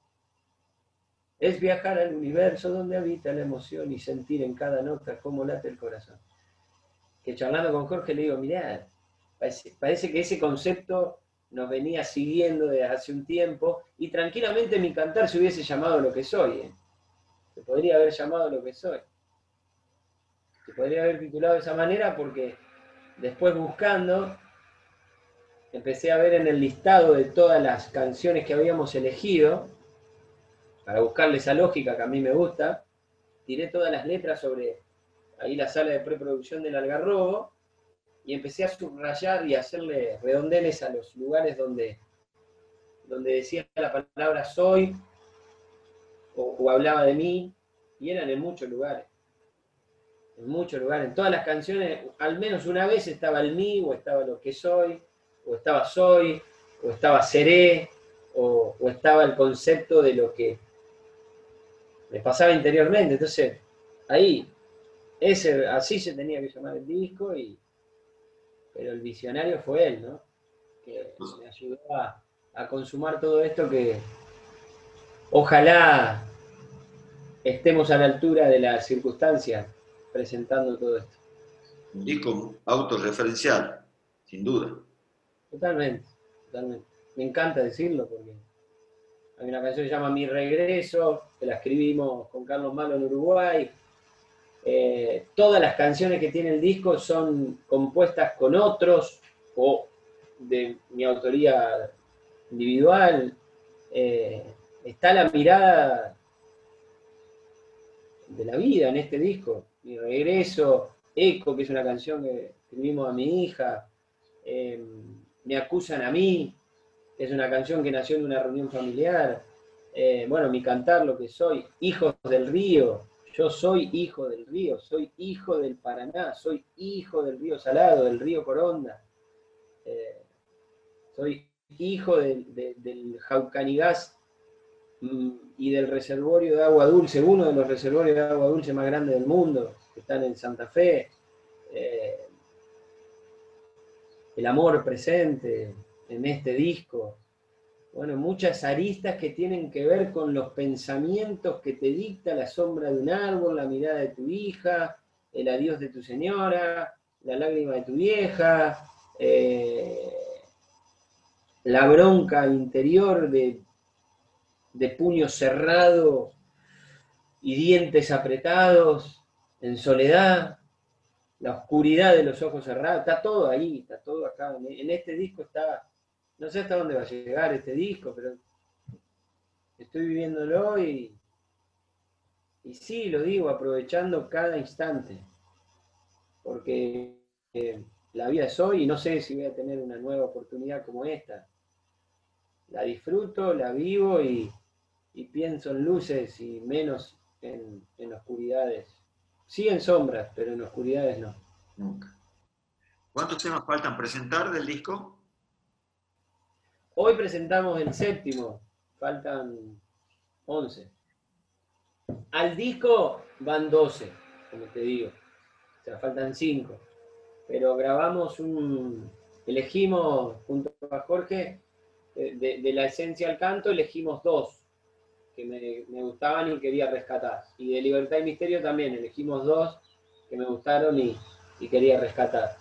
Es viajar al universo donde habita la emoción y sentir en cada nota cómo late el corazón. Que charlando con Jorge le digo, mirá, parece, parece que ese concepto nos venía siguiendo desde hace un tiempo y tranquilamente mi cantar se hubiese llamado Lo que soy. ¿eh? Se podría haber llamado Lo que soy. Se podría haber titulado de esa manera porque después buscando empecé a ver en el listado de todas las canciones que habíamos elegido, para buscarle esa lógica que a mí me gusta, tiré todas las letras sobre ahí la sala de preproducción del Algarrobo y empecé a subrayar y a hacerle redondeles a los lugares donde, donde decía la palabra soy o, o hablaba de mí, y eran en muchos lugares. En muchos lugares, en todas las canciones, al menos una vez estaba el mí, o estaba Lo que soy, o estaba soy, o estaba seré, o, o estaba el concepto de lo que me pasaba interiormente. Entonces, ahí, ese, así se tenía que llamar el disco, y, pero el visionario fue él, ¿no? Que me ayudó a, a consumar todo esto que ojalá estemos a la altura de las circunstancias presentando todo esto. Un disco autorreferencial, sin duda. Totalmente, totalmente. Me encanta decirlo porque hay una canción que se llama Mi Regreso, que la escribimos con Carlos Malo en Uruguay. Eh, todas las canciones que tiene el disco son compuestas con otros o de mi autoría individual. Eh, está la mirada de la vida en este disco. Mi Regreso, Eco, que es una canción que escribimos a mi hija, eh, Me acusan a mí, que es una canción que nació en una reunión familiar. Eh, bueno, Mi Cantar, Lo que soy, Hijos del Río, yo soy hijo del río, soy hijo del Paraná, soy hijo del río Salado, del río Coronda, eh, soy hijo de, de, del Jaucanigás mm, y del reservorio de agua dulce, uno de los reservorios de agua dulce más grandes del mundo, que están en Santa Fe. Eh, el amor presente en este disco. Bueno, muchas aristas que tienen que ver con los pensamientos que te dicta la sombra de un árbol, la mirada de tu hija, el adiós de tu señora, la lágrima de tu vieja, eh, la bronca interior de, de puño cerrado y dientes apretados, en soledad, la oscuridad de los ojos cerrados, está todo ahí, está todo acá. En este disco está, no sé hasta dónde va a llegar este disco, pero estoy viviéndolo y, y sí, lo digo, aprovechando cada instante, porque eh, la vida es hoy y no sé si voy a tener una nueva oportunidad como esta. La disfruto, la vivo y, y pienso en luces y menos en, en oscuridades. Sí en sombras, pero en oscuridades no. Nunca. ¿Cuántos temas faltan presentar del disco? Hoy presentamos el séptimo, faltan once. Al disco van doce, como te digo, o sea, faltan cinco. Pero grabamos un, elegimos junto a Jorge, de, de la esencia al canto, elegimos dos que me, me gustaban y quería rescatar. Y de Libertad y Misterio también, elegimos dos que me gustaron y, y quería rescatar.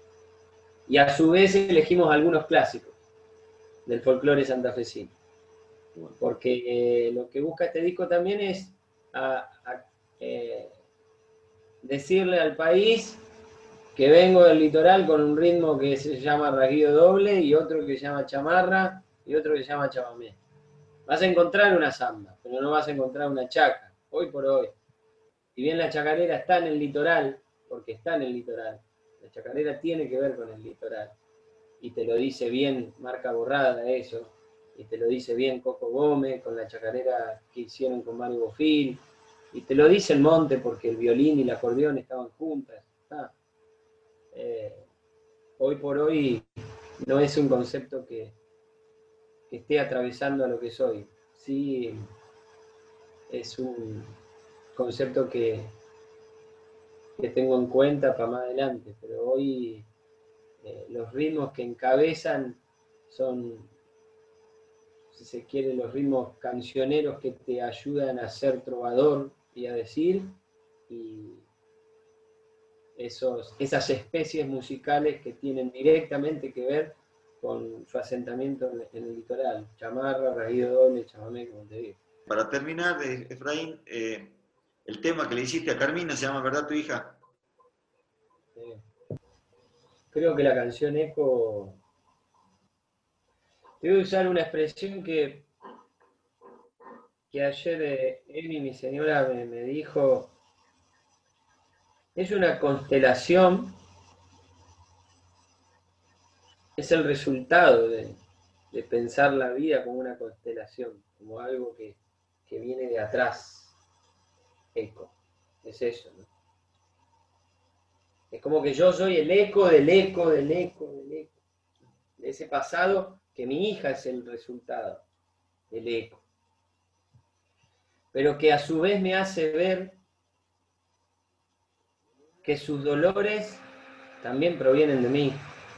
Y a su vez elegimos algunos clásicos del folclore santafesino. Porque eh, lo que busca este disco también es a, a, eh, decirle al país que vengo del litoral con un ritmo que se llama rasguido doble y otro que se llama chamarra y otro que se llama chamamé. Vas a encontrar una samba, pero no vas a encontrar una chaca, hoy por hoy. Si bien la chacarera está en el litoral, porque está en el litoral, la chacarera tiene que ver con el litoral. Y te lo dice bien Marca Borrada eso, y te lo dice bien Coco Gómez con la chacarera que hicieron con Mario Bofil, y te lo dice el Monte porque el violín y el acordeón estaban juntas. Ah, eh, hoy por hoy no es un concepto que, que esté atravesando a lo que soy. Sí, es un concepto que, que tengo en cuenta para más adelante, pero hoy eh, los ritmos que encabezan son, si se quiere, los ritmos cancioneros que te ayudan a ser trovador y a decir, y esos, esas especies musicales que tienen directamente que ver con su asentamiento en, en el litoral, chamarra, rasguido doble, chamamé, como te digo. Para terminar, Efraín, eh, el tema que le hiciste a Carmina se llama ¿Verdad tu hija? Eh, creo que la canción Eco, te voy a usar una expresión que, que ayer eh, Emi, mi señora, me, me dijo, es una constelación, es el resultado de, de pensar la vida como una constelación, como algo que, que viene de atrás. Eco, es eso, ¿no? Es como que yo soy el eco del eco del eco del eco, de ese pasado que mi hija es el resultado del eco, pero que a su vez me hace ver que sus dolores también provienen de mí,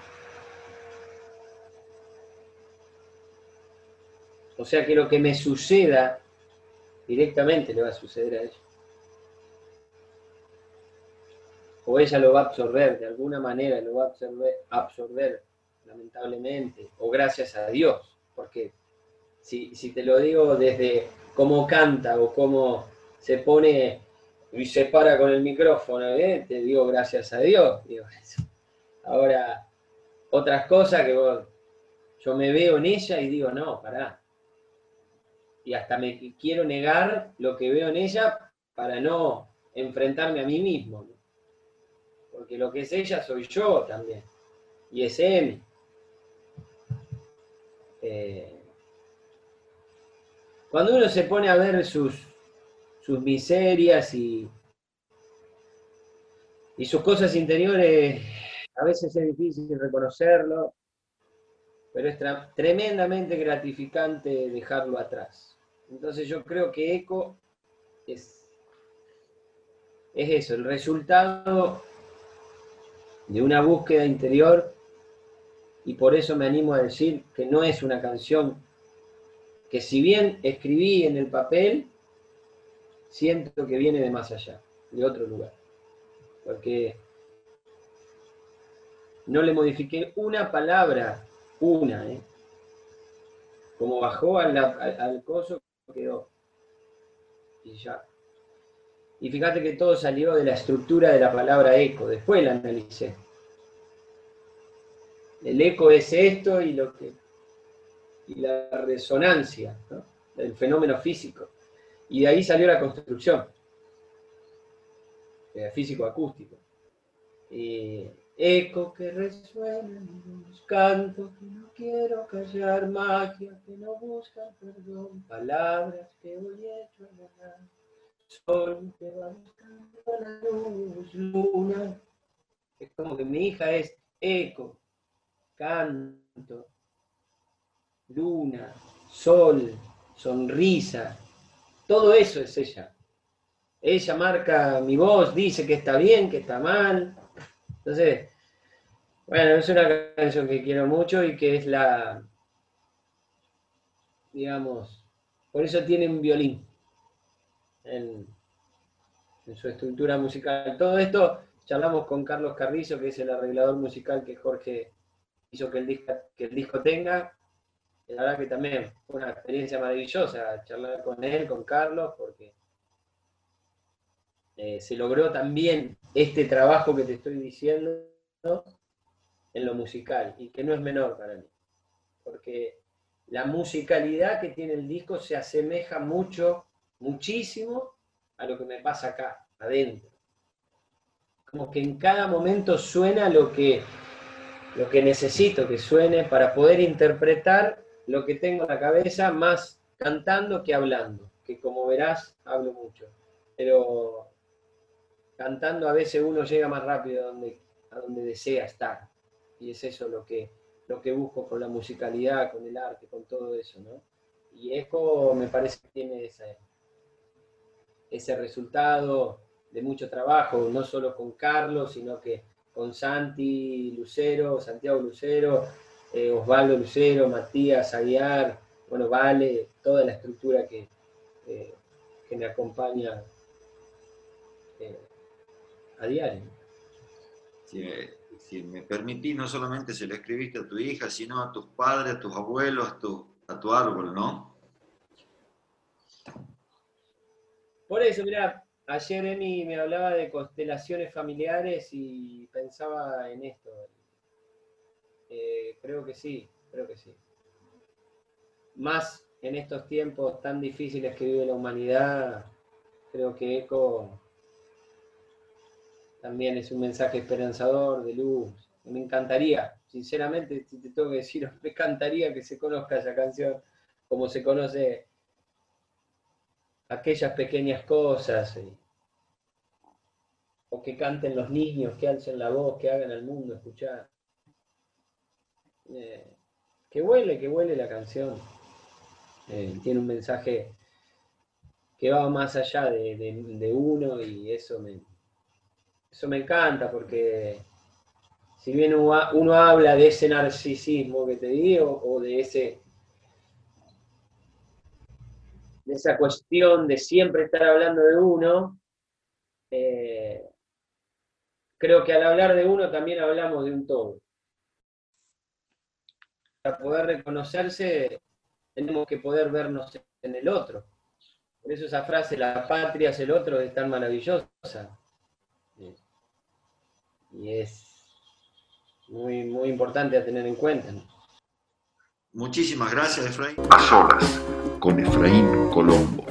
O sea que lo que me suceda directamente le va a suceder a ella. O ella lo va a absorber, de alguna manera lo va a absorber, absorber lamentablemente, o gracias a Dios, porque si, si te lo digo desde cómo canta o cómo se pone y se para con el micrófono, ¿eh? Te digo gracias a Dios, digo eso. Ahora, otras cosas que vos, yo me veo en ella y digo, no, pará. Y hasta me quiero negar lo que veo en ella para no enfrentarme a mí mismo, ¿no? Porque lo que es ella soy yo también, y es Emi. Eh, cuando uno se pone a ver sus, sus miserias y, y sus cosas interiores, a veces es difícil reconocerlo, pero es tremendamente gratificante dejarlo atrás. Entonces yo creo que Eco es, es eso, el resultado de una búsqueda interior, y por eso me animo a decir que no es una canción que, si bien escribí en el papel, siento que viene de más allá, de otro lugar, porque no le modifiqué una palabra, una, ¿eh? Como bajó al, al, al coso, quedó, y ya. Y fíjate que todo salió de la estructura de la palabra eco, después la analicé. El eco es esto y lo que y la resonancia, ¿no? Del fenómeno físico. Y de ahí salió la construcción, eh, físico-acústico. Y eco que resuena en los cantos que no quiero callar, magia que no busca perdón, palabras que voy hecho a ganar, sol que va buscando la luz, luna. Es como que mi hija es eco, canto, luna, sol, sonrisa, todo eso es ella. Ella marca mi voz, dice que está bien, que está mal. Entonces, bueno, es una canción que quiero mucho y que es la, digamos, por eso tiene un violín en, en su estructura musical. Todo esto charlamos con Carlos Carrizo, que es el arreglador musical que Jorge hizo que el disco, que el disco tenga. La verdad que también fue una experiencia maravillosa charlar con él, con Carlos, porque eh, se logró también este trabajo que te estoy diciendo, ¿no?, en lo musical, y que no es menor para mí, porque la musicalidad que tiene el disco se asemeja mucho, muchísimo, a lo que me pasa acá, adentro. Como que en cada momento suena lo que, lo que necesito que suene para poder interpretar lo que tengo en la cabeza, más cantando que hablando, que como verás, hablo mucho. Pero cantando a veces uno llega más rápido a donde, a donde desea estar. Y es eso lo que, lo que busco con la musicalidad, con el arte, con todo eso, ¿no? Y Eco me parece que tiene ese, ese resultado de mucho trabajo, no solo con Carlos, sino que con Santi Lucero, Santiago Lucero, eh, Osvaldo Lucero, Matías Aguiar, bueno, Vale, toda la estructura que, eh, que me acompaña eh, a diario. Si me, si me permitís, no solamente se lo escribiste a tu hija, sino a tus padres, a tus abuelos, a tu, a tu árbol, ¿no? Por eso, mirá, ayer Emi me hablaba de constelaciones familiares y pensaba en esto. Eh, creo que sí, creo que sí. Más en estos tiempos tan difíciles que vive la humanidad, creo que Eco también es un mensaje esperanzador, de luz. Me encantaría, sinceramente, si te tengo que decir, me encantaría que se conozca esa canción como se conoce aquellas pequeñas cosas, eh, o que canten los niños, que alcen la voz, que hagan al mundo escuchar. Eh, que huele, que huele la canción. Eh, tiene un mensaje que va más allá de, de, de uno, y eso me, eso me encanta, porque si bien uno, uno habla de ese narcisismo que te digo, o de ese de esa cuestión de siempre estar hablando de uno, eh, creo que al hablar de uno también hablamos de un todo. Para poder reconocerse, tenemos que poder vernos en el otro. Por eso esa frase, la patria es el otro, es tan maravillosa. Y es muy, muy importante a tener en cuenta, ¿no? Muchísimas gracias, Efraín. A solas, con Efraín Colombo.